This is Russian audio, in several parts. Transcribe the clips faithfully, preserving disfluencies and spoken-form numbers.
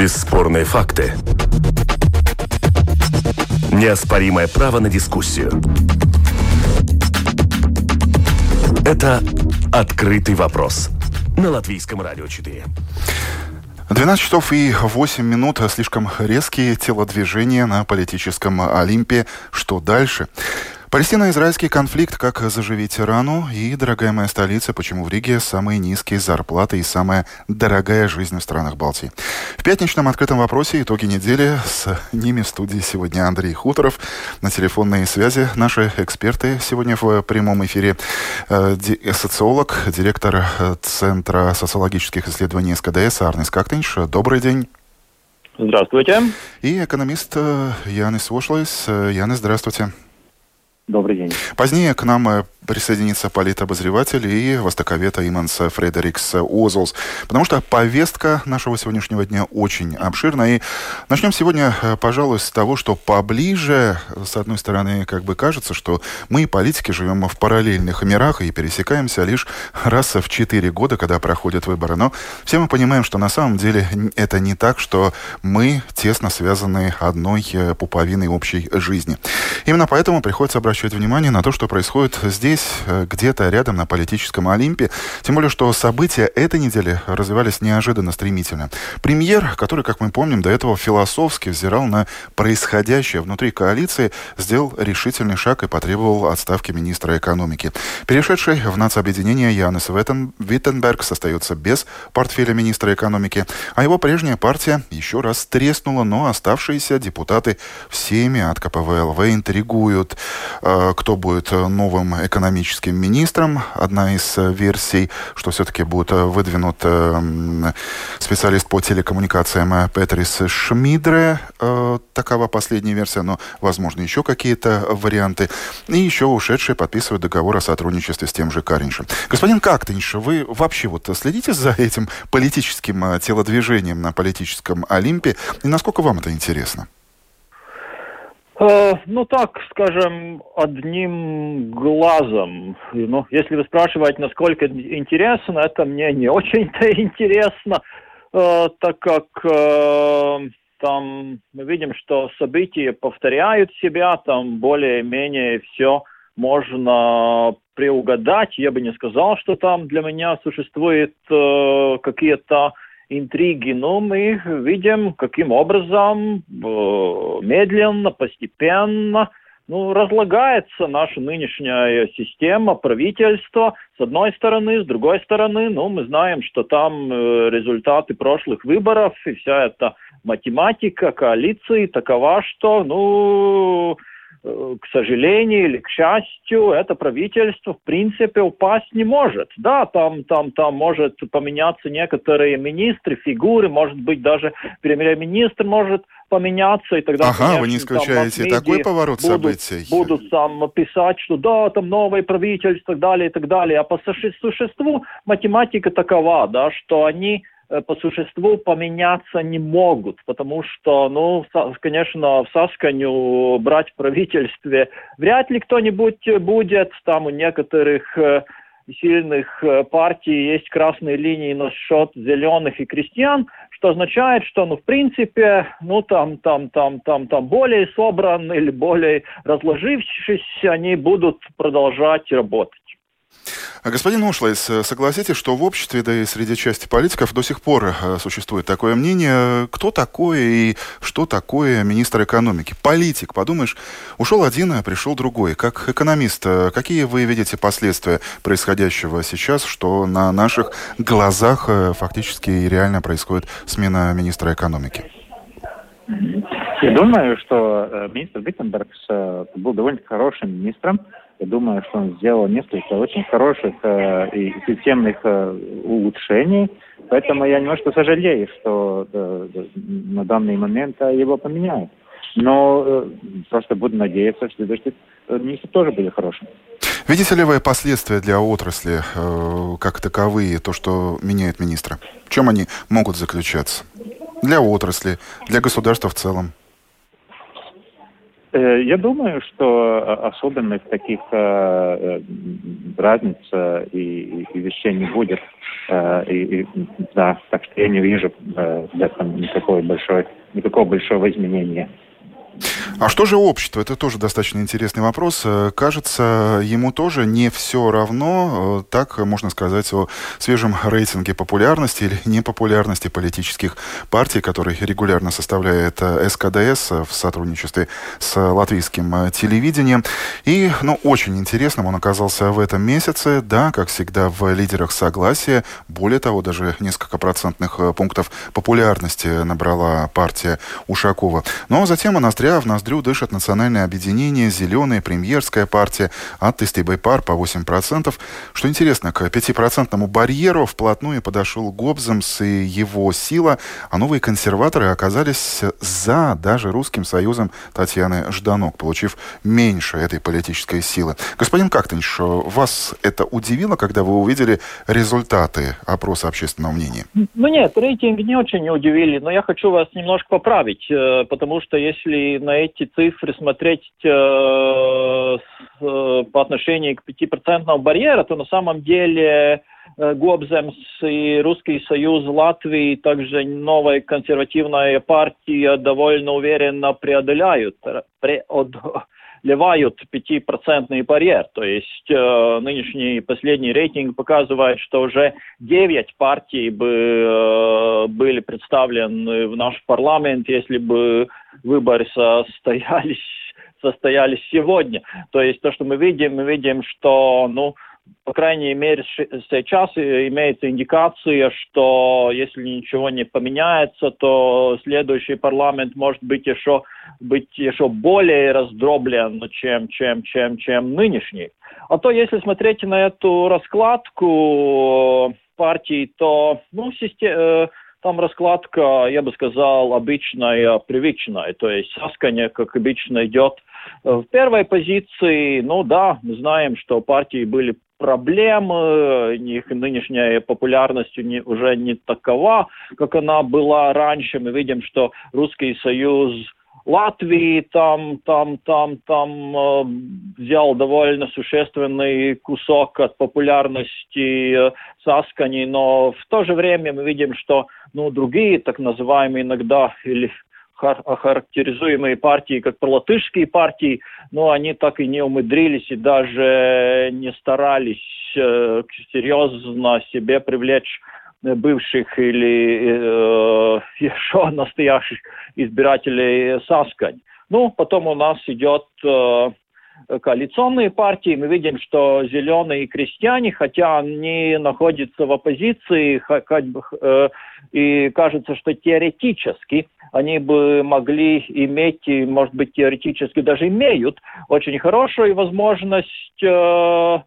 Бесспорные факты. Неоспоримое право на дискуссию. Это «Открытый вопрос» на Латвийском радио четыре. двенадцать часов и восемь минут. Слишком резкие телодвижения на политическом Олимпе. Что дальше? Палестино-израильский конфликт, как заживить рану, и, дорогая моя столица, почему в Риге самые низкие зарплаты и самая дорогая жизнь в странах Балтии. В пятничном открытом вопросе итоги недели. С ними в студии сегодня Андрей Хуторов. На телефонной связи наши эксперты сегодня в прямом эфире. Социолог, директор Центра социологических исследований эс ка дэ эс Арнис Кактинш. Добрый день. Здравствуйте. И экономист Янис Вошлойс. Янис, здравствуйте. Добрый день. Позднее к нам присоединится политобозреватель и востоковед Иманс Фредерикс Озолс, потому что повестка нашего сегодняшнего дня очень обширна. И начнем сегодня, пожалуй, с того, что поближе, с одной стороны, как бы кажется, что мы, политики, живем в параллельных мирах и пересекаемся лишь раз в четыре года, когда проходят выборы. Но все мы понимаем, что на самом деле это не так, что мы тесно связаны одной пуповиной общей жизни. Именно поэтому приходится обращать внимание на то, что происходит здесь, где-то рядом на политическом Олимпе. Тем более, что события этой недели развивались неожиданно стремительно. Премьер, который, как мы помним, до этого философски взирал на происходящее внутри коалиции, сделал решительный шаг и потребовал отставки министра экономики. Перешедший в нацобъединение Янис Виттенберг остается без портфеля министра экономики, а его прежняя партия еще раз треснула, но оставшиеся депутаты всеми от ка пэ вэ эл вэ интригуют. Кто будет новым экономическим министром? Одна из версий, что все-таки будет выдвинут специалист по телекоммуникациям Петрис Шмидре. Такова последняя версия, но, возможно, еще какие-то варианты. И еще ушедшие подписывают договор о сотрудничестве с тем же Кариншем. Господин Кактинш, вы вообще вот следите за этим политическим телодвижением на политическом Олимпе? И насколько вам это интересно? Ну, так, скажем, одним глазом. Ну, если вы спрашиваете, насколько интересно, это мне не очень-то интересно, э, так как э, там мы видим, что события повторяют себя, там более-менее все можно преугадать. Я бы не сказал, что там для меня существуют э, какие-то интриги, но мы видим, каким образом э, медленно, постепенно ну, разлагается наша нынешняя система правительства. С одной стороны, с другой стороны, ну, мы знаем, что там э, результаты прошлых выборов и вся эта математика коалиции такова, что, ну, к сожалению или к счастью, это правительство в принципе упасть не может. Да, там, там, там может поменяться некоторые министры, фигуры, может быть даже премьер-министр может поменяться, и тогда, ага, конечно, вы не исключаете такой поворот будут, событий? Будут там писать, что да, там новое правительство, и так далее, и так далее. А по существу математика такова, да, что они по существу поменяться не могут, потому что, ну, конечно, в Сасканю брать в правительстве вряд ли кто-нибудь будет. Там у некоторых сильных партий есть красные линии насчет зеленых и крестьян, что означает, что, ну, в принципе, ну, там, там, там, там, там более собранные или более разложившиеся, они будут продолжать работать. Господин Ушлайс, согласитесь, что в обществе, да и среди части политиков до сих пор существует такое мнение, кто такой и что такое министр экономики? Политик, подумаешь, ушел один, а пришел другой. Как экономист, какие вы видите последствия происходящего сейчас, что на наших глазах фактически и реально происходит смена министра экономики? Я думаю, что министр Виттенберг был довольно хорошим министром. Я думаю, что он сделал несколько очень хороших э, и системных э, улучшений. Поэтому я немножко сожалею, что э, э, на данный момент э, его поменяют. Но э, просто буду надеяться, что следующий министр тоже будет хорошим. Видите ли вы последствия для отрасли э, как таковые, то, что меняет министра? В чем они могут заключаться? Для отрасли, для государства в целом? Я думаю, что особенных таких э, разниц и, и вещей не будет. Э, и, и, да, так что я не вижу э, в этом никакой большой, никакого большого изменения. А что же общество? Это тоже достаточно интересный вопрос. Кажется, ему тоже не все равно. Так можно сказать о свежем рейтинге популярности или непопулярности политических партий, который регулярно составляет эс ка дэ эс в сотрудничестве с латвийским телевидением. И, ну, очень интересным он оказался в этом месяце. Да, как всегда, в лидерах согласия. Более того, даже несколько процентных пунктов популярности набрала партия Ушакова. Но затем она в ноздрю дышит национальное объединение, зеленая, премьерская партия, Аттестибай пар по восемь процентов. Что интересно, к пятипроцентному барьеру вплотную подошел Гобземс и его сила, а новые консерваторы оказались за даже Русским Союзом Татьяны Жданок, получив меньше этой политической силы. Господин Кактенш, вас это удивило, когда вы увидели результаты опроса общественного мнения? Ну нет, рейтинги не очень удивили, но я хочу вас немножко поправить, потому что если на эти цифры смотреть э, с, э, по отношению к пятипроцентному барьеру, то на самом деле э, Гобземс и Русский Союз Латвии, также новая консервативная партия довольно уверенно преодоляют, преодолевают пятипроцентный барьер. То есть э, нынешний последний рейтинг показывает, что уже девять партий бы э, были представлены в наш парламент, если бы выборы состоялись, состоялись сегодня. То есть то, что мы видим, мы видим, что, ну, по крайней мере, сейчас имеется индикация, что если ничего не поменяется, то следующий парламент может быть еще, быть еще более раздроблен, чем, чем, чем, чем нынешний. А то, если смотреть на эту раскладку партий, то, ну, система... Там раскладка, я бы сказал, обычная, привычная. То есть Саskaņa, как обычно, идет в первой позиции. Ну да, мы знаем, что партии были проблемы, их нынешняя популярность не, уже не такова, как она была раньше. Мы видим, что Русский Союз Латвии там, там, там, там э, взял довольно существенный кусок от популярности э, Саskaņи, но в то же время мы видим, что, ну, другие так называемые иногда или хар- характеризуемые партии, как пролатышские партии, но они так и не умудрились и даже не старались э, серьезно себе привлечь бывших или э, еще настоящих избирателей Саskaņi. Ну, потом у нас идет э, коалиционные партии. Мы видим, что зеленые и крестьяне, хотя они находятся в оппозиции, как бы, э, и кажется, что теоретически они бы могли иметь, и, может быть, теоретически даже имеют очень хорошую возможность э,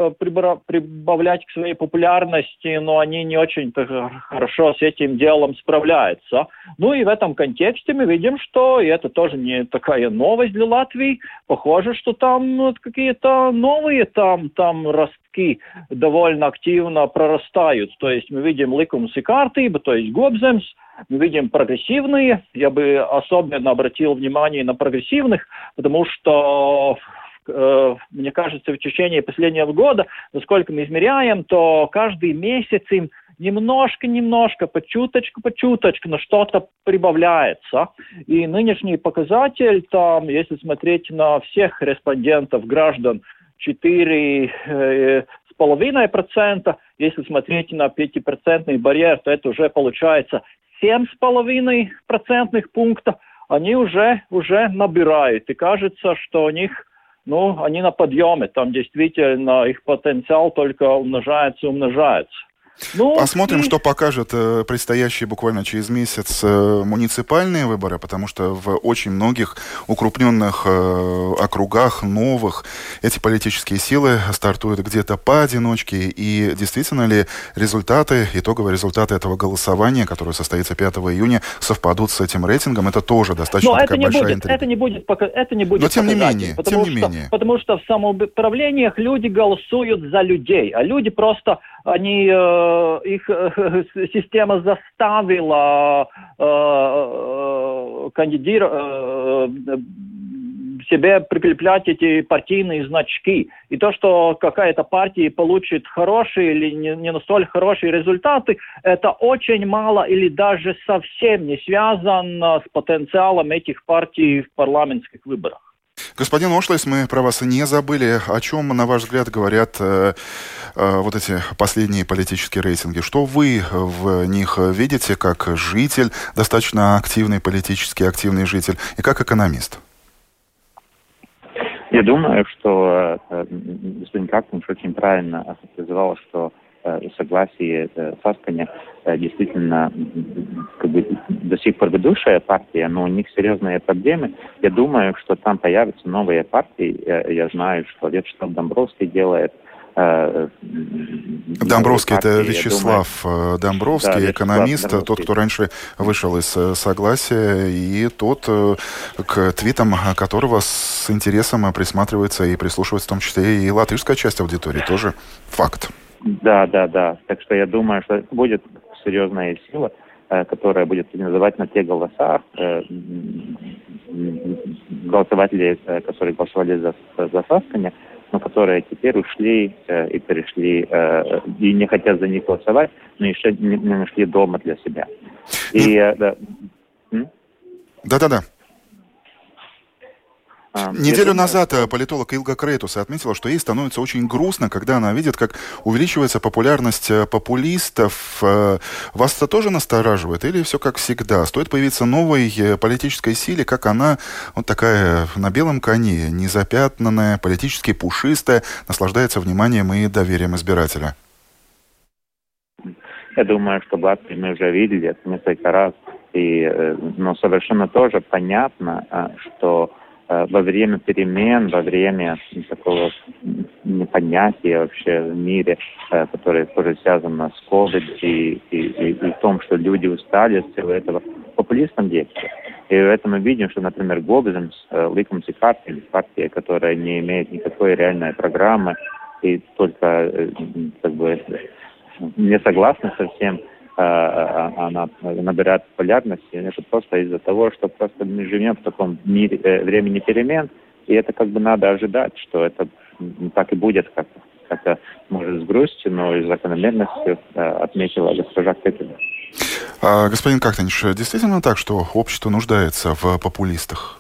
прибавлять к своей популярности, но они не очень-то хорошо с этим делом справляются. Ну и в этом контексте мы видим, что, и это тоже не такая новость для Латвии, похоже, что там вот какие-то новые там, там ростки довольно активно прорастают. То есть мы видим ликумс и kārtība, то есть Гобземс, мы видим прогрессивные, я бы особенно обратил внимание на прогрессивных, потому что мне кажется, в течение последнего года, насколько мы измеряем, то каждый месяц им немножко-немножко, по чуточку, по чуточку, но что-то прибавляется. И нынешний показатель, там, если смотреть на всех респондентов, граждан, четыре с половиной процента, если смотреть на пятипроцентный барьер, то это уже получается семь с половиной процентных пунктов, они уже, уже набирают. И кажется, что у них ну, они на подъеме, там действительно их потенциал только умножается и умножается. Ну, посмотрим, и... что покажет э, предстоящие буквально через месяц э, муниципальные выборы, потому что в очень многих укрупненных э, округах, новых, эти политические силы стартуют где-то поодиночке. И действительно ли результаты, итоговые результаты этого голосования, которое состоится пятого июня, совпадут с этим рейтингом? Это тоже достаточно Но такая это большая будет, интрига. Это не будет, это не будет. Но тем не менее, потому тем не что, менее. Потому что в самоуправлениях люди голосуют за людей, а люди просто, они... Э, их э, система заставила э, э, кандидировать, э, себе прикреплять эти партийные значки. И то, что какая-то партия получит хорошие или не, не настолько хорошие результаты, это очень мало или даже совсем не связано с потенциалом этих партий в парламентских выборах. Господин Ошлес, мы про вас не забыли. О чем, на ваш взгляд, говорят э, э, вот эти последние политические рейтинги? Что вы в них видите как житель, достаточно активный, политически активный житель, и как экономист? Я думаю, что э, господин Кактинш очень правильно охарактеризовал, что э, согласие э, Сасканя э, действительно как бы, до сих пор ведущая партия, но у них серьезные проблемы. Я думаю, что там появятся новые партии. Я, я знаю, что Вячеслав Домбровский делает. Э, Домбровский, партии, это Вячеслав думаю, Домбровский, да, экономист, Домбровский. Тот, кто раньше вышел из согласия, и тот, к твитам которого с интересом присматривается и прислушивается, в том числе и латышская часть аудитории, тоже факт. Да, да, да. Так что я думаю, что будет серьезная сила, которая будет называть на те голоса голосователей, которые голосовали за, за Сасканя, но которые теперь ушли э, и перешли, э, и не хотят за них голосовать, но еще не, не нашли дома для себя. И, э, да. Да-да-да. А, Неделю назад политолог Илга Крейтус отметила, что ей становится очень грустно, когда она видит, как увеличивается популярность популистов. Вас это тоже настораживает? Или все как всегда? Стоит появиться новой политической силе, как она, вот такая на белом коне, незапятнанная, политически пушистая, наслаждается вниманием и доверием избирателя? Я думаю, что в Латвии мы уже видели это несколько раз. И, но совершенно тоже понятно, что во время перемен, во время такого непонятия вообще в мире, которое тоже связано с ковид и, и, и, и в том, что люди устали от всего этого, популистском действии. И в этом мы видим, что, например, Гобземс, Ликумси партия, партия, которая не имеет никакой реальной программы и только как бы не согласна со всем, она набирает популярность, и это просто из-за того, что просто мы живем в таком мире, э, времени перемен, и это как бы надо ожидать, что это так и будет, как, как может с грустью, но и с закономерностью э, отметила госпожа Кэтина. А, господин Кактинш, действительно так, что общество нуждается в популистах?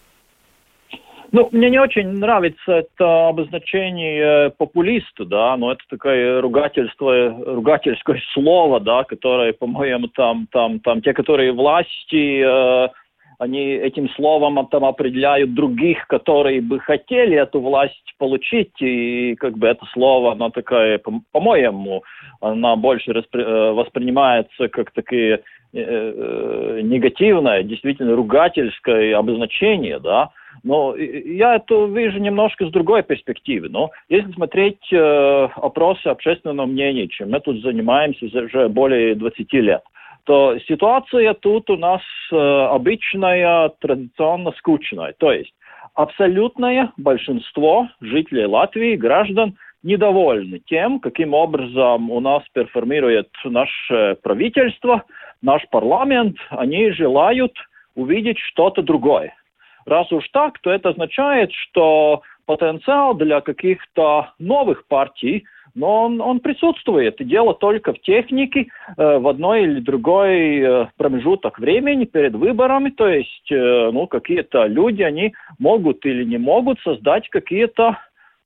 Ну, мне не очень нравится это обозначение популиста, да, но это такое ругательство, ругательское слово, да, которое, по-моему, там, там, там, те, которые власти, э, они этим словом там определяют других, которые бы хотели эту власть получить, и как бы это слово, оно такое, по- по-моему, оно больше распри- воспринимается как такие э, э, негативное, действительно ругательское обозначение, да. Но я это вижу немножко с другой перспективы. Но если смотреть э, опросы общественного мнения, чем мы тут занимаемся уже более двадцати лет, то ситуация тут у нас э, обычная, традиционно скучная. То есть абсолютное большинство жителей Латвии, граждан, недовольны тем, каким образом у нас перформирует наше правительство, наш парламент. Они желают увидеть что-то другое. Раз уж так, то это означает, что потенциал для каких-то новых партий, но он, он присутствует. И дело только в технике, э, в одной или другой э, промежуток времени перед выборами. То есть э, ну, какие-то люди, они могут или не могут создать какие-то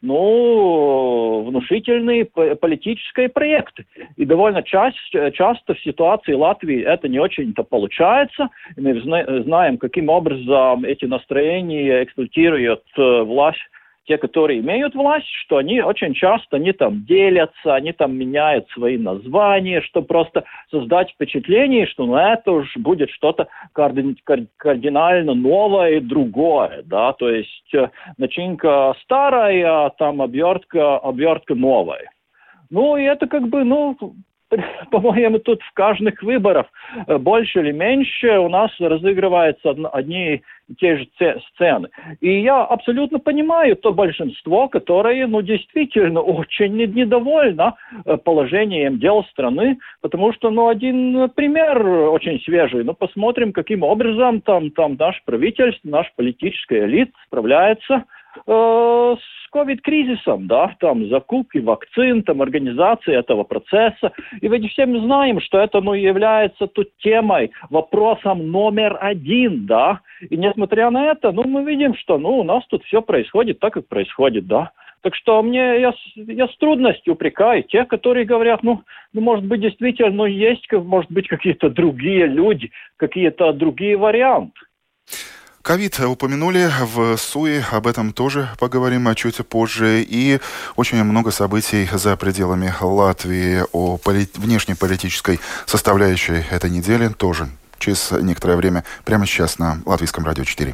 ну, внушительные политические проекты. И довольно часто, часто в ситуации Латвии это не очень-то получается. И мы знаем, каким образом эти настроения эксплуатируют власть, те, которые имеют власть, что они очень часто, они там делятся, они там меняют свои названия, чтобы просто создать впечатление, что ну, это уж будет что-то карди- кардинально новое и другое, да, то есть начинка старая, а там обвертка, обвертка новая. Ну, и это как бы, ну, по-моему, тут в каждых выборах больше или меньше у нас разыгрываются одни и те же сцены. И я абсолютно понимаю то большинство, которое, ну, действительно очень недовольно положением дел страны, потому что, ну, один пример очень свежий. Ну, посмотрим, каким образом там, там наше правительство, наша политическая элита справляется э, с ковид-кризисом, да, там закупки вакцин, там организация этого процесса. И ведь все мы знаем, что это, ну, является тут темой, вопросом номер один, да. И несмотря на это, ну, мы видим, что, ну, у нас тут все происходит так, как происходит, да. Так что мне, я, я с трудностью упрекаю тех, которые говорят, ну, ну, может быть, действительно, ну, есть, может быть, какие-то другие люди, какие-то другие варианты. Ковид упомянули в СУИ, об этом тоже поговорим чуть позже. И очень много событий за пределами Латвии о поли- внешнеполитической составляющей этой недели тоже через некоторое время, прямо сейчас на Латвийском радио четыре.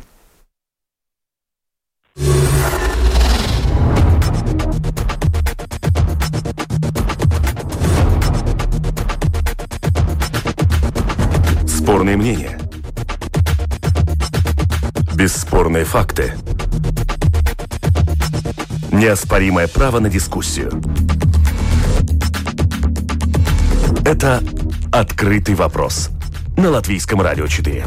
Спорные мнения. Бесспорные факты. Неоспоримое право на дискуссию. Это «Открытый вопрос» на Латвийском радио четыре.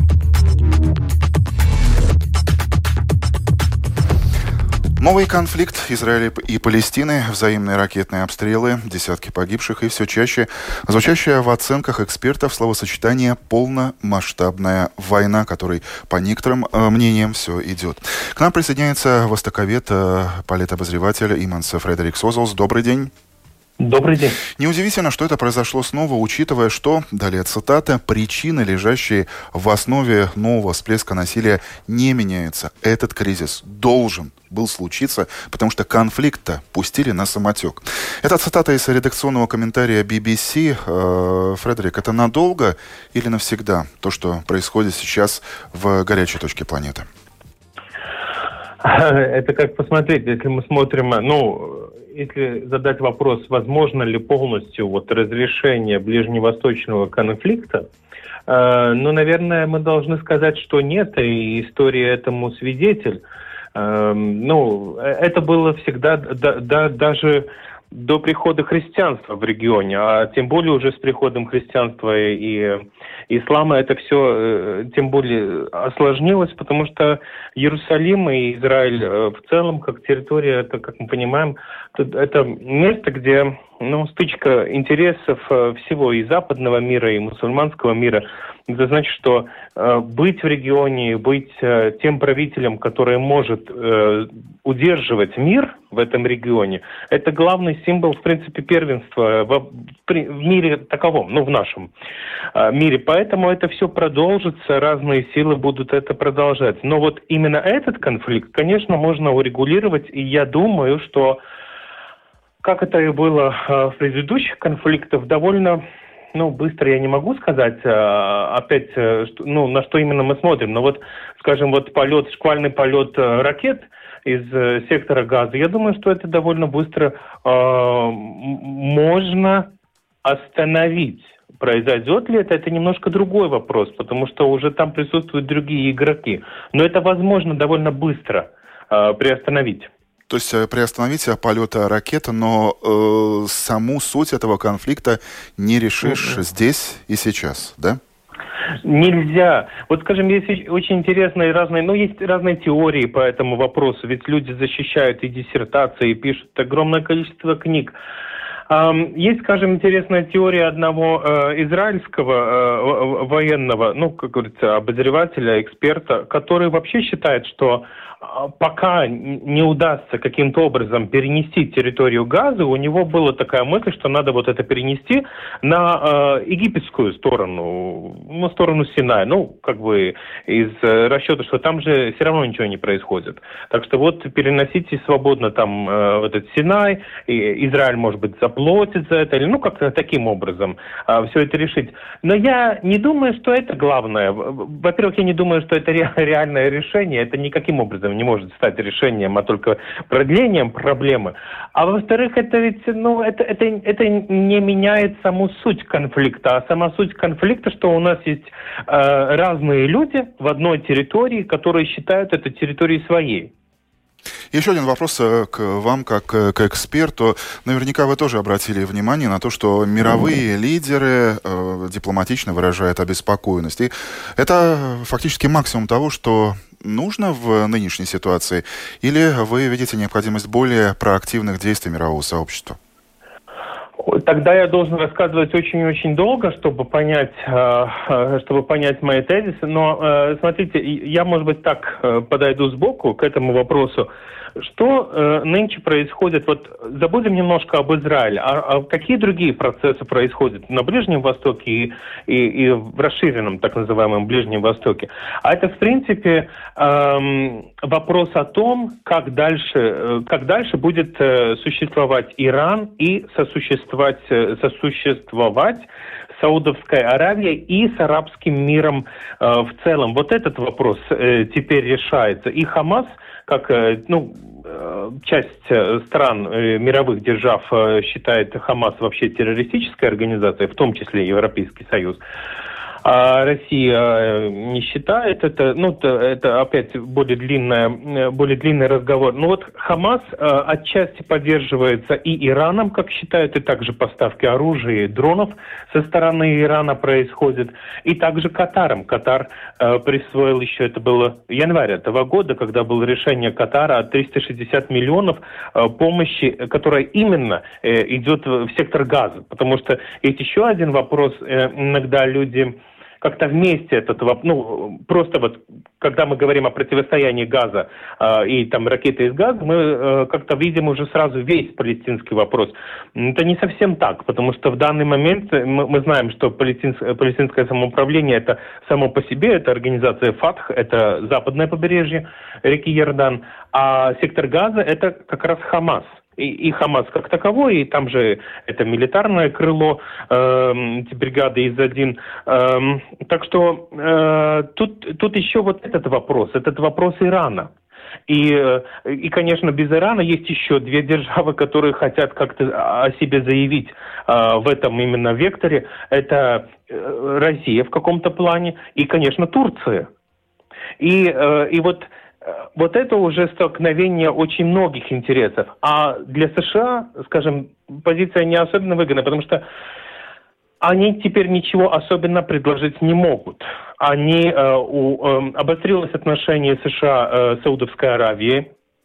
Новый конфликт Израиля и Палестины, взаимные ракетные обстрелы, десятки погибших и все чаще звучащее в оценках экспертов словосочетание «полномасштабная война», которой, по некоторым э, мнениям, все идет. К нам присоединяется востоковед, э, политобозреватель Иманс Фредерикс Озолс. Добрый день. Добрый день. Неудивительно, что это произошло снова, учитывая, что, далее цитата, причины, лежащие в основе нового всплеска насилия, не меняются. Этот кризис должен был случиться, потому что конфликт-то пустили на самотек. Это цитата из редакционного комментария би би си. Э, Фредерик, это надолго или навсегда то, что происходит сейчас в горячей точке планеты? Это как посмотреть, если мы смотрим, ну, если задать вопрос, возможно ли полностью вот разрешение ближневосточного конфликта, э, ну, наверное, мы должны сказать, что нет, и история этому свидетель. Э, ну, это было всегда, да, да, даже до прихода христианства в регионе, а тем более уже с приходом христианства и ислама это все тем более осложнилось, потому что Иерусалим и Израиль в целом, как территория, это, как мы понимаем, это место, где, ну, стычка интересов всего и западного мира, и мусульманского мира. Это значит, что э, быть в регионе, быть э, тем правителем, который может э, удерживать мир в этом регионе, это главный символ, в принципе, первенства в, в мире таковом, ну, в нашем э, мире. Поэтому это все продолжится, разные силы будут это продолжать. Но вот именно этот конфликт, конечно, можно урегулировать, и я думаю, что, как это и было э, в предыдущих конфликтах, довольно... Ну, быстро я не могу сказать, опять, ну, на что именно мы смотрим. Но вот, скажем, вот полет, шквальный полет ракет из сектора Газа, я думаю, что это довольно быстро э, можно остановить. Произойдет ли это, это немножко другой вопрос, потому что уже там присутствуют другие игроки. Но это возможно довольно быстро э, приостановить. То есть приостановить полет ракет, но э, саму суть этого конфликта не решишь mm-hmm. здесь и сейчас, да? Нельзя. Вот, скажем, есть очень интересные разные, ну, есть разные теории по этому вопросу, ведь люди защищают и диссертации, и пишут огромное количество книг. Есть, скажем, интересная теория одного э, израильского э, военного, ну, как говорится, обозревателя, эксперта, который вообще считает, что пока не удастся каким-то образом перенести территорию Газы, у него была такая мысль, что надо вот это перенести на э, египетскую сторону, на сторону Синая. Ну, как бы из э, расчета, что там же все равно ничего не происходит. Так что вот переносите свободно там э, этот Синай, и Израиль, может быть, зап- заплатит за это, или ну как-то таким образом э, все это решить. Но я не думаю, что это главное. Во-первых, я не думаю, что это ре- реальное решение. Это никаким образом не может стать решением, а только продлением проблемы. А во-вторых, это ведь, ну, это, это, это не меняет саму суть конфликта. А сама суть конфликта, что у нас есть э, разные люди в одной территории, которые считают эту территорией своей. Еще один вопрос к вам, как к эксперту. Наверняка вы тоже обратили внимание на то, что мировые лидеры э, дипломатично выражают обеспокоенность. И это фактически максимум того, что нужно в нынешней ситуации? Или вы видите необходимость более проактивных действий мирового сообщества? Тогда я должен рассказывать очень-очень долго, чтобы понять, чтобы понять мои тезисы. Но смотрите, я, может быть, так подойду сбоку к этому вопросу. Что э, нынче происходит? Вот забудем немножко об Израиле. А, а какие другие процессы происходят на Ближнем Востоке и, и, и в расширенном, так называемом, Ближнем Востоке? А это, в принципе, эм, вопрос о том, как дальше, э, как дальше будет э, существовать Иран и сосуществовать, э, сосуществовать Саудовская Аравия и с арабским миром э, в целом. Вот этот вопрос э, теперь решается. И Хамас, как э, ну, э, часть стран э, мировых держав э, считает Хамас вообще террористической организацией, в том числе Европейский Союз, а Россия не считает это, ну, это, это опять более, длинная, более длинный разговор. Но вот Хамас э, отчасти поддерживается и Ираном, как считают, и также поставки оружия и дронов со стороны Ирана происходят, и также Катаром. Катар э, присвоил еще, это было в январе этого года, когда было решение Катара о триста шестьдесят миллионов э, помощи, которая именно э, идет в сектор газа. Потому что есть еще один вопрос, э, иногда люди как-то вместе этот вопрос, ну, просто вот, когда мы говорим о противостоянии газа э, и там ракеты из газа, мы э, как-то видим уже сразу весь палестинский вопрос. Это не совсем так, потому что в данный момент мы, мы знаем, что палестинское, палестинское самоуправление это само по себе, это организация ФАТХ, это западное побережье реки Иордан, а сектор газа это как раз Хамас. И, и Хамас как таковой, и там же это милитарное крыло, э, бригады из один. Э, так что э, тут, тут еще вот этот вопрос, этот вопрос Ирана. И, и, конечно, без Ирана есть еще две державы, которые хотят как-то о себе заявить э, в этом именно векторе. Это э, Россия в каком-то плане и, конечно, Турция. И, э, и вот Вот это уже столкновение очень многих интересов. А для США, скажем, позиция не особенно выгодна, потому что они теперь ничего особенно предложить не могут. Они, э, у, э, обострилось отношение США э, с Саудовской Аравией.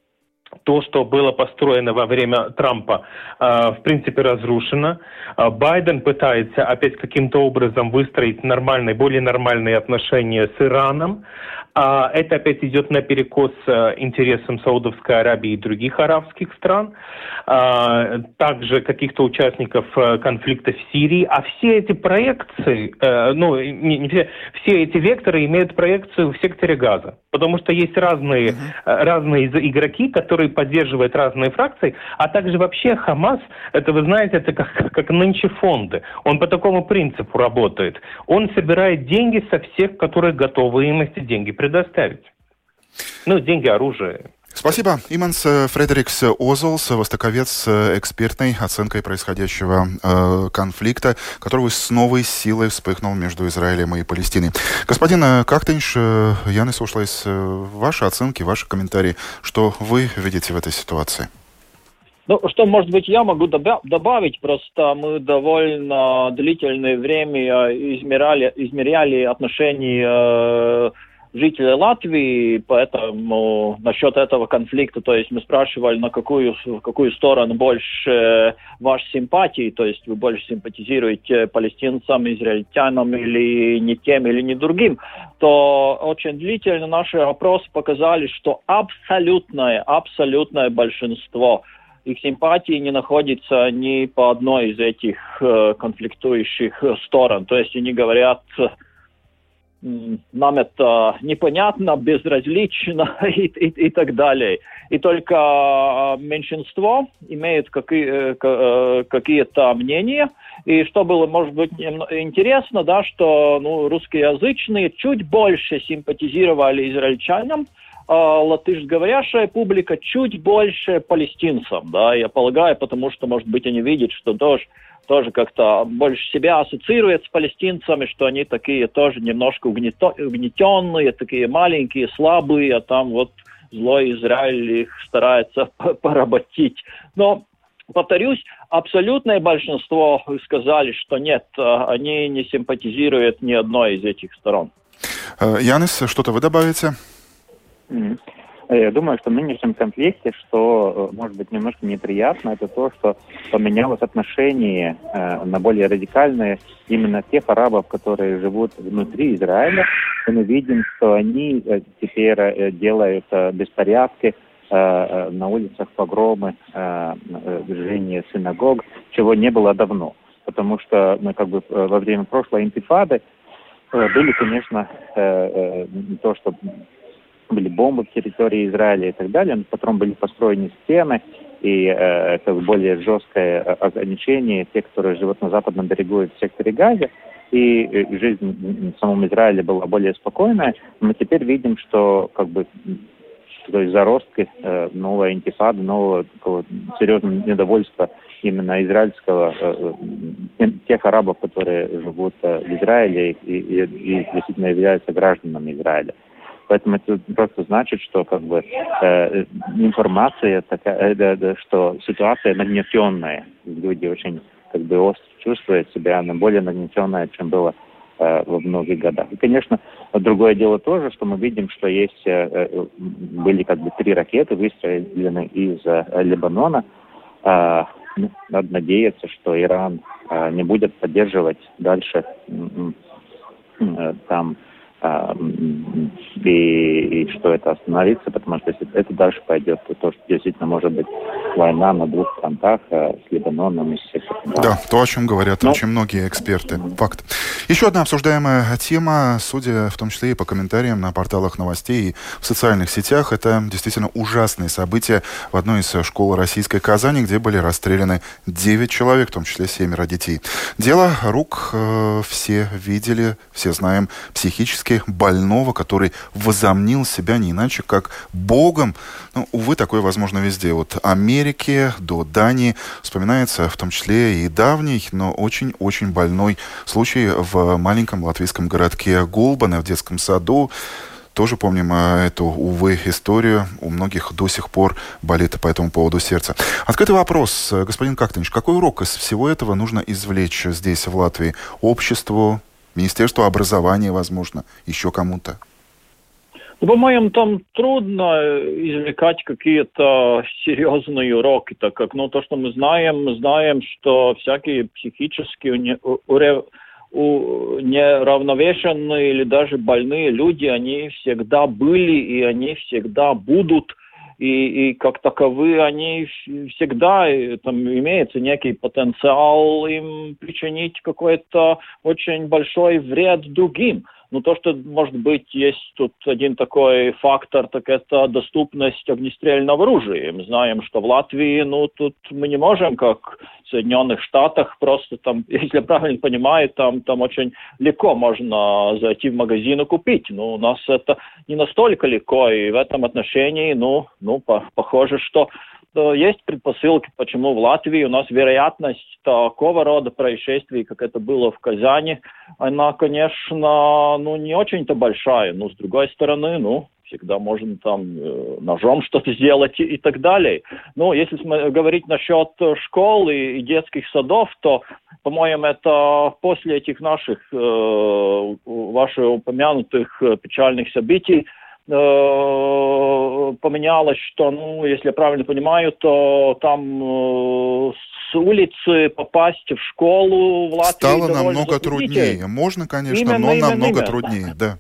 То, что было построено во время Трампа, э, в принципе, разрушено. Байден пытается опять каким-то образом выстроить нормальные, более нормальные отношения с Ираном. А это опять идет наперекос интересам Саудовской Аравии и других арабских стран, а также каких-то участников конфликта в Сирии. А все эти проекции, ну, не, не все, все эти векторы имеют проекцию в секторе Газа. Потому что есть разные, uh-huh. разные игроки, которые поддерживают разные фракции, а также вообще Хамас, это вы знаете, это как, как нынче фонды. Он по такому принципу работает. Он собирает деньги со всех, которые готовы им эти деньги предоставить. Ну, деньги, оружие. Спасибо. Иманс Фредерикс Озолс, востоковед с экспертной оценкой происходящего э, конфликта, который с новой силой вспыхнул между Израилем и Палестиной. Господин Кахтенш, Янис Ушлайс, ваши оценки, ваши комментарии, что вы видите в этой ситуации? Ну, что, может быть, я могу добавить, просто мы довольно длительное время измеряли, измеряли отношения э, жителей Латвии, поэтому насчет этого конфликта, то есть мы спрашивали, на какую, в какую сторону больше вашей симпатии, то есть вы больше симпатизируете палестинцам, израильтянам или не тем, или не другим, то очень длительно наши опросы показали, что абсолютное, абсолютное большинство их симпатии не находится ни по одной из этих э, конфликтующих сторон. То есть они говорят нам это непонятно, безразлично и, и, и так далее. И только меньшинство имеет какие, какие-то мнения. И что было, может быть, интересно, да, что ну, русскоязычные чуть больше симпатизировали израильтянам, а латышско-говорящая публика чуть больше палестинцам, да, я полагаю, потому что, может быть, они видят, что тоже тоже как-то больше себя ассоциирует с палестинцами, что они такие тоже немножко угнетенные, такие маленькие, слабые, а там вот злой Израиль их старается поработить. Но, повторюсь, абсолютное большинство сказали, что нет, они не симпатизируют ни одной из этих сторон. Янис, что-то вы добавите? Mm-hmm. Я думаю, что в нынешнем конфликте, что, может быть, немножко неприятно, это то, что поменялось отношение э, на более радикальные именно тех арабов, которые живут внутри Израиля. И мы видим, что они э, теперь э, делают э, беспорядки э, э, на улицах, погромы, э, движение синагог, чего не было давно. Потому что мы как бы во время прошлой интифады э, были, конечно, э, э, то, что... были бомбы в территории Израиля и так далее, но потом были построены стены, и э, это более жесткое ограничение тех, которые живут на западном берегу и в секторе Газа, и э, жизнь в самом Израиле была более спокойная. Мы теперь видим, что как бы то есть заростки э, новой интифады, нового такого серьезного недовольства именно израильского, э, тех арабов, которые живут э, в Израиле и, и, и действительно являются гражданами Израиля. Поэтому это просто значит, что как бы э, информация такая, э, что ситуация нагнетенная. Люди очень как бы остро чувствуют себя, она более нагнетенная, чем было э, во многих годах. И, конечно, другое дело тоже, что мы видим, что есть э, были как бы три ракеты выстрелены из э, Лебанона. Э, ну, надо надеяться, что Иран э, не будет поддерживать дальше э, э, там И, и что это остановится, потому что если это дальше пойдет, то, то что действительно может быть война на двух фронтах с Лебаноном и с сектором. Да, то, о чем говорят Но... очень многие эксперты. Факт. Еще одна обсуждаемая тема, судя в том числе и по комментариям на порталах новостей и в социальных сетях, это действительно ужасные события в одной из школ российской Казани, где были расстреляны девять человек, в том числе семеро детей. Дело рук э, все видели, все знаем, психически больного, который возомнил себя не иначе, как Богом. Ну, увы, такое возможно везде. От Америки до Дании вспоминается в том числе и давний, но очень-очень больной случай в маленьком латвийском городке Гулбане в детском саду. Тоже помним эту, увы, историю. У многих до сих пор болит по этому поводу сердце. Открытый вопрос, господин Кактанич, какой урок из всего этого нужно извлечь здесь, в Латвии, обществу, Министерству образования, возможно, еще кому-то? Ну, по-моему, там трудно извлекать какие-то серьезные уроки, так как, ну, то, что мы знаем, мы знаем, что всякие психические уне- уре- у- неравновешенные или даже больные люди, они всегда были и они всегда будут. И, и как таковые они всегда, там имеется некий потенциал им причинить какой-то очень большой вред другим. Но то, что, может быть, есть тут один такой фактор, так это доступность огнестрельного оружия. Мы знаем, что в Латвии, ну, тут мы не можем, как в Соединенных Штатах, просто там, если я правильно понимаю, там, там очень легко можно зайти в магазин и купить. Но у нас это не настолько легко, и в этом отношении, ну, ну по- похоже, что есть предпосылки, почему в Латвии у нас вероятность такого рода происшествий, как это было в Казани, она, конечно, ну, не очень-то большая. Но, с другой стороны, ну, всегда можно там э, ножом что-то сделать и, и так далее. Ну, если говорить насчет школ и, и детских садов, то, по-моему, это после этих наших, э, ваших упомянутых печальных событий, поменялось, что, ну, если я правильно понимаю, то там э, с улицы попасть в школу в Латвии стало намного труднее. Можно, конечно, именно, но именно, намного именно. труднее, да.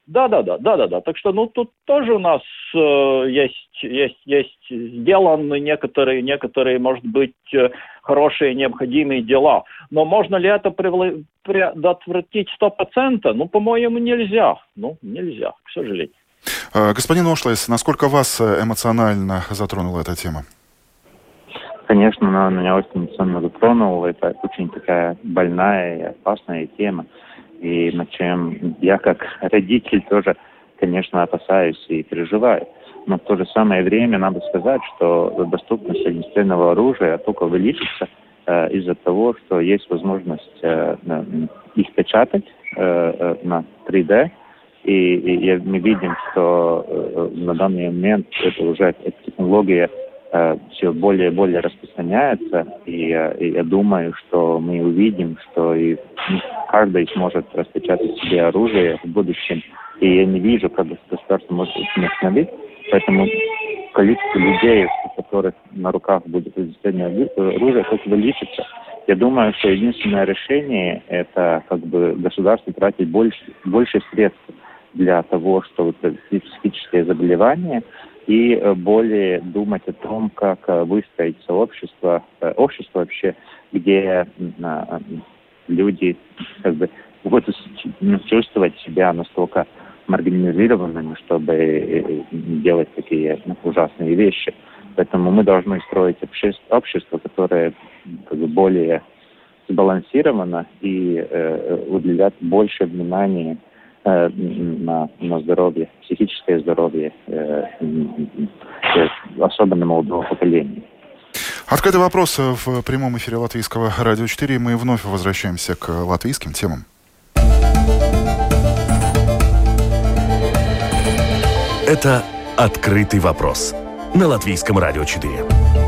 Да, да, да, да, да, да. Так что, ну, тут тоже у нас э, есть, есть, есть сделаны некоторые, некоторые, может быть, э, хорошие, необходимые дела. Но можно ли это превла- предотвратить сто процентов? Ну, по-моему, нельзя. Ну, нельзя, к сожалению. Господин Ошлес, насколько вас эмоционально затронула эта тема? Конечно, она меня очень эмоционально затронула. Это очень такая больная и опасная тема. И над чем я, как родитель, тоже, конечно, опасаюсь и переживаю. Но в то же самое время надо сказать, что доступность огнестрельного оружия только увеличится э, из-за того, что есть возможность э, их печатать э, на три дэ. И, и, и мы видим, что э, на данный момент это уже эта технология э, все более и более распространяется. И, э, и я думаю, что мы увидим, что и каждый сможет распечатать себе оружие в будущем. И я не вижу, как государство может это остановить. Поэтому количество людей, у которых на руках будет огнестрельное оружие, только увеличится. Я думаю, что единственное решение – это как бы государство тратить больше, больше средств для того, чтобы предотвратить психические заболевания, и более думать о том, как выстроить сообщество, общество вообще, где люди как бы будут чувствовать себя настолько маргинализированными, чтобы делать такие ужасные вещи. Поэтому мы должны строить общество, общество которое как бы более сбалансировано и э, уделять больше внимания э, на, на здоровье, психическое здоровье, э, э, особенно молодого поколения. Открытый вопрос в прямом эфире Латвийского радио четыре. Мы вновь возвращаемся к латвийским темам. Это «Открытый вопрос» на Латвийском радио четыре.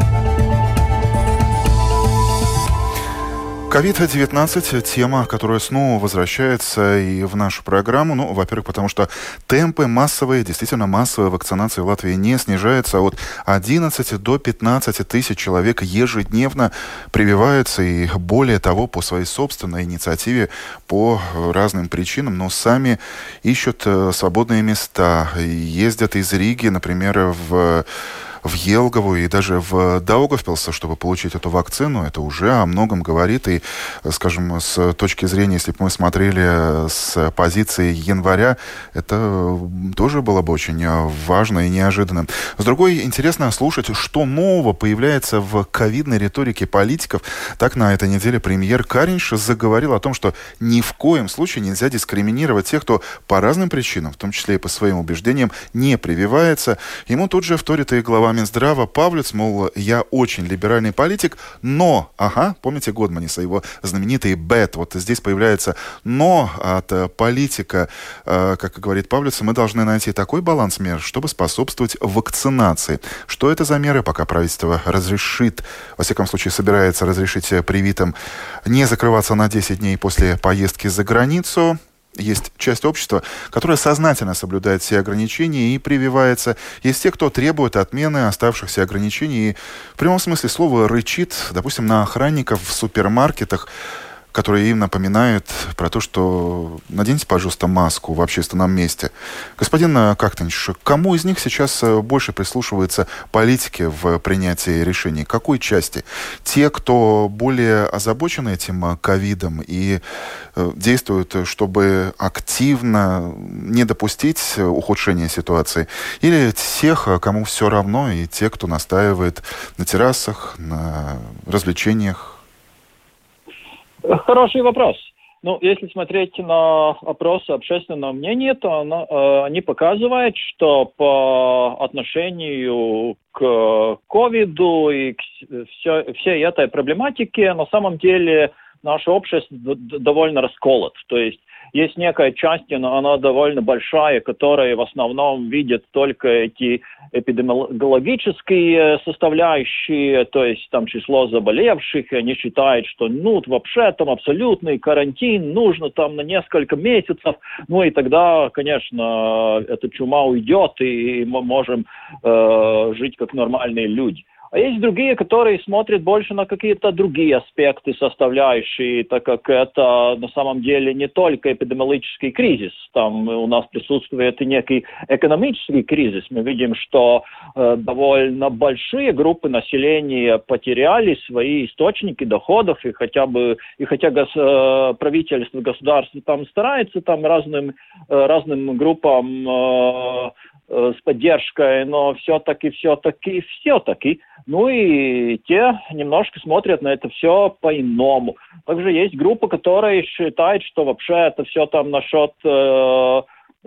ковид девятнадцать – тема, которая снова возвращается и в нашу программу. Ну, во-первых, потому что темпы массовые, действительно массовая вакцинация в Латвии не снижается. От одиннадцати до пятнадцати тысяч человек ежедневно прививаются. И более того, по своей собственной инициативе, по разным причинам, но сами ищут свободные места. Ездят из Риги, например, в... в Елгову и даже в Даугавпилс, чтобы получить эту вакцину. Это уже о многом говорит. И, скажем, с точки зрения, если бы мы смотрели с позиции января, это тоже было бы очень важно и неожиданно. С другой, интересно слушать, что нового появляется в ковидной риторике политиков. Так, на этой неделе премьер Кариньш заговорил о том, что ни в коем случае нельзя дискриминировать тех, кто по разным причинам, в том числе и по своим убеждениям, не прививается. Ему тут же вторит и глава Минздрава Павлюц, мол, я очень либеральный политик, но, ага, помните Годманиса, его знаменитый «бэт», вот здесь появляется «но» от политика, э, как говорит Павлюц, мы должны найти такой баланс мер, чтобы способствовать вакцинации. Что это за меры, пока правительство разрешит, во всяком случае собирается разрешить привитым не закрываться на десять дней после поездки за границу. Есть часть общества, которая сознательно соблюдает все ограничения и прививается. Есть те, кто требует отмены оставшихся ограничений и в прямом смысле слова рычит, допустим, на охранников в супермаркетах, которые им напоминают про то, что наденьте, пожалуйста, маску в общественном месте. Господин Кактенш, кому из них сейчас больше прислушиваются политики в принятии решений? Какой части? Те, кто более озабочены этим ковидом и действуют, чтобы активно не допустить ухудшения ситуации? Или тех, кому все равно, и те, кто настаивает на террасах, на развлечениях? Хороший вопрос. Ну, если смотреть на опросы общественного мнения, то оно, э, они показывают, что по отношению к ковиду и к все, всей этой проблематике на самом деле наше общество довольно расколото. То есть есть некая часть, но она довольно большая, которая в основном видит только эти эпидемиологические составляющие, то есть там число заболевших, и они считают, что ну вообще там абсолютный карантин, нужно там на несколько месяцев, ну и тогда, конечно, эта чума уйдет, и мы можем э, жить как нормальные люди. А есть другие, которые смотрят больше на какие-то другие аспекты, составляющие, так как это на самом деле не только эпидемиологический кризис. Там у нас присутствует и некий экономический кризис. Мы видим, что э, довольно большие группы населения потеряли свои источники доходов, и хотя бы и хотя гос, э, правительство, государство там старается там разным, э, разным группам э, с поддержкой, но все-таки, все-таки, все-таки. Ну и те немножко смотрят на это все по-иному. Также есть группа, которая считает, что вообще это все там насчет э,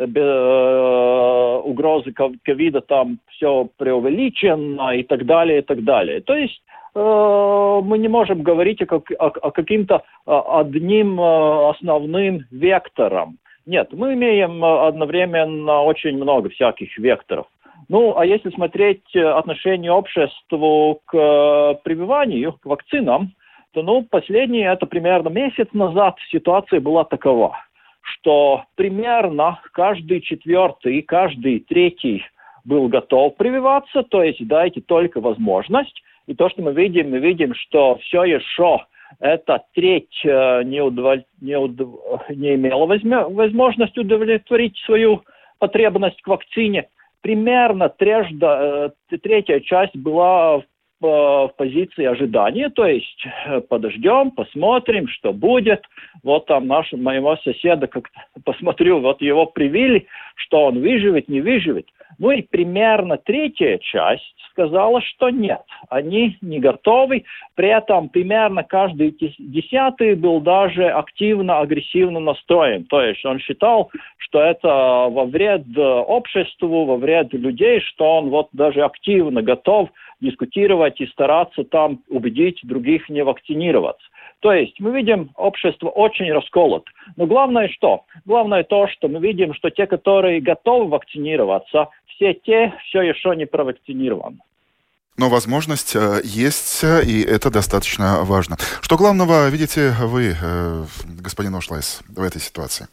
э, угрозы ковида там все преувеличено и так далее, и так далее. То есть э, мы не можем говорить о, как, о, о каким-то одним основным вектором. Нет, мы имеем одновременно очень много всяких векторов. Ну, а если смотреть отношение обществу к прививанию, к вакцинам, то, ну, последнее, это примерно месяц назад ситуация была такова, что примерно каждый четвертый, каждый третий был готов прививаться, то есть дайте только возможность. И то, что мы видим, мы видим, что все еще эта треть э, не, удов... не, удов... не имела возьме... возможность удовлетворить свою потребность к вакцине. Примерно трежда... э, третья часть была в, э, в позиции ожидания, то есть э, подождем, посмотрим, что будет. Вот там нашего, моего соседа, как посмотрю, вот его привили, что он выживет, не выживет. Ну и примерно третья часть сказала, что нет, они не готовы. При этом примерно каждый десятый был даже активно, агрессивно настроен. То есть он считал, что это во вред обществу, во вред людей, что он вот даже активно готов дискутировать и стараться там убедить других не вакцинироваться. То есть мы видим, общество очень расколото. Но главное что? Главное то, что мы видим, что те, которые готовы вакцинироваться, все те все еще не провакцинированы. Но возможность э, есть, и это достаточно важно. Что главного видите вы, э, господин Ушлайс, в этой ситуации?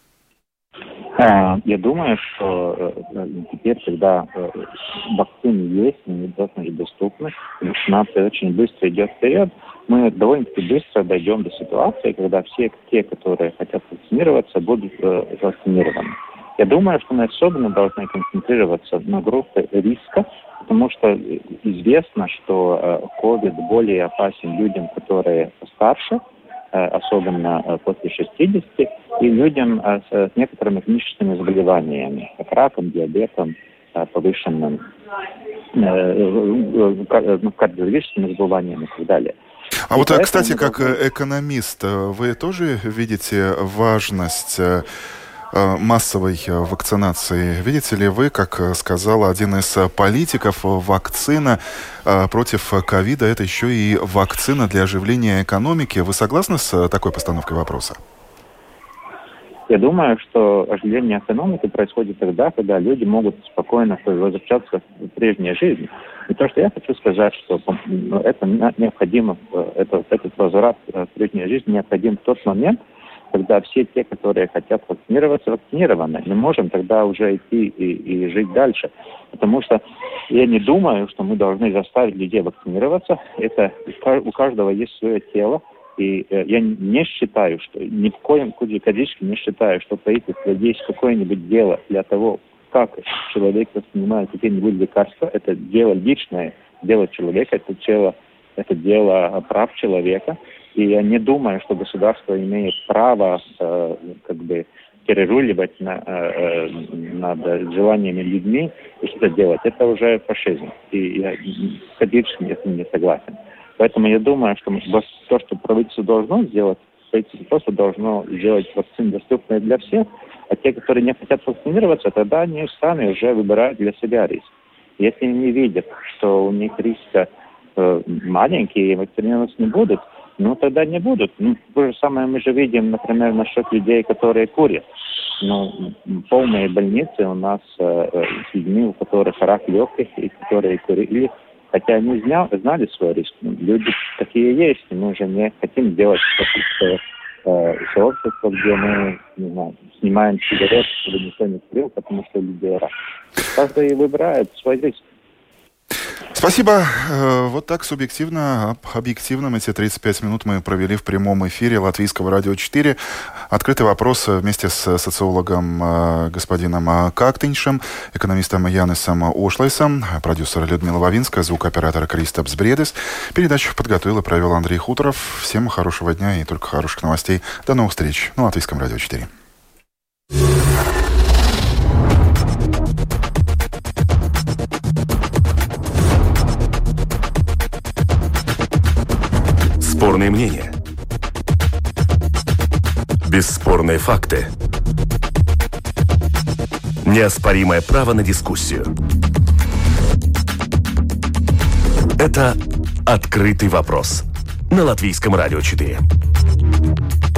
Я думаю, что теперь, когда вакцины есть, они достаточно доступны, вакцинация очень быстро идет вперед, мы довольно-таки быстро дойдем до ситуации, когда все те, которые хотят вакцинироваться, будут вакцинированы. Я думаю, что мы особенно должны концентрироваться на группе риска, потому что известно, что ковид более опасен людям, которые старше, особенно после шестидесяти, и людям с некоторыми хроническими заболеваниями, как раком, диабетом, повышенным кардиологическими заболеваниями и так далее. А и вот, кстати, как должны... экономист, вы тоже видите важность массовой вакцинации? Видите ли вы, как сказал один из политиков, вакцина против ковида – это еще и вакцина для оживления экономики. Вы согласны с такой постановкой вопроса? Я думаю, что оживление экономики происходит тогда, когда люди могут спокойно возвращаться в прежнюю жизнь. И то, что я хочу сказать, что это необходимо, это, этот возврат в прежнюю жизнь необходим в тот момент, когда все те, которые хотят вакцинироваться, вакцинированы. Мы можем тогда уже идти и, и жить дальше. Потому что я не думаю, что мы должны заставить людей вакцинироваться. Это у каждого есть свое тело. И э, я не считаю, что ни в коем категорически не считаю, что правительство есть какое-нибудь дело для того, как человек воспринимает какие-нибудь лекарства. Это дело личное, дело человека, это дело, это дело прав человека. И я не думаю, что государство имеет право э, как бы переруливать на, э, над желаниями людьми и что делать. Это уже фашизм. И я категорически с этим не согласен. Поэтому я думаю, что то, что правительство должно сделать, правительство просто должно сделать вакцины доступные для всех, а те, которые не хотят вакцинироваться, тогда они сами уже выбирают для себя риск. Если они видят, что у них риск э, маленький и вакцинироваться не будут, ну тогда не будут. Ну, то же самое мы же видим, например, насчет людей, которые курят. Ну, полные больницы у нас э, с людьми, у которых рак легких и которые курили. Хотя они знали свой риск. Люди такие есть, и мы уже не хотим делать э, сообщество, где мы не знаю, снимаем сигареты, чтобы никто не курил, потому что у людей рак. Каждый выбирает свой риск. Спасибо. Вот так субъективно, объективно эти тридцать пять минут мы провели в прямом эфире Латвийского радио четыре. Открытый вопрос вместе с социологом господином Кактиншем, экономистом Янисом Ошлайсом, продюсер Людмила Вавинская, звукооператор Кристопс Бредес. Передачу подготовил и провел Андрей Хуторов. Всем хорошего дня и только хороших новостей. До новых встреч на Латвийском радио четыре. Спорные мнения. Бесспорные факты. Неоспоримое право на дискуссию. Это «Открытый вопрос» на Латвийском радио четыре.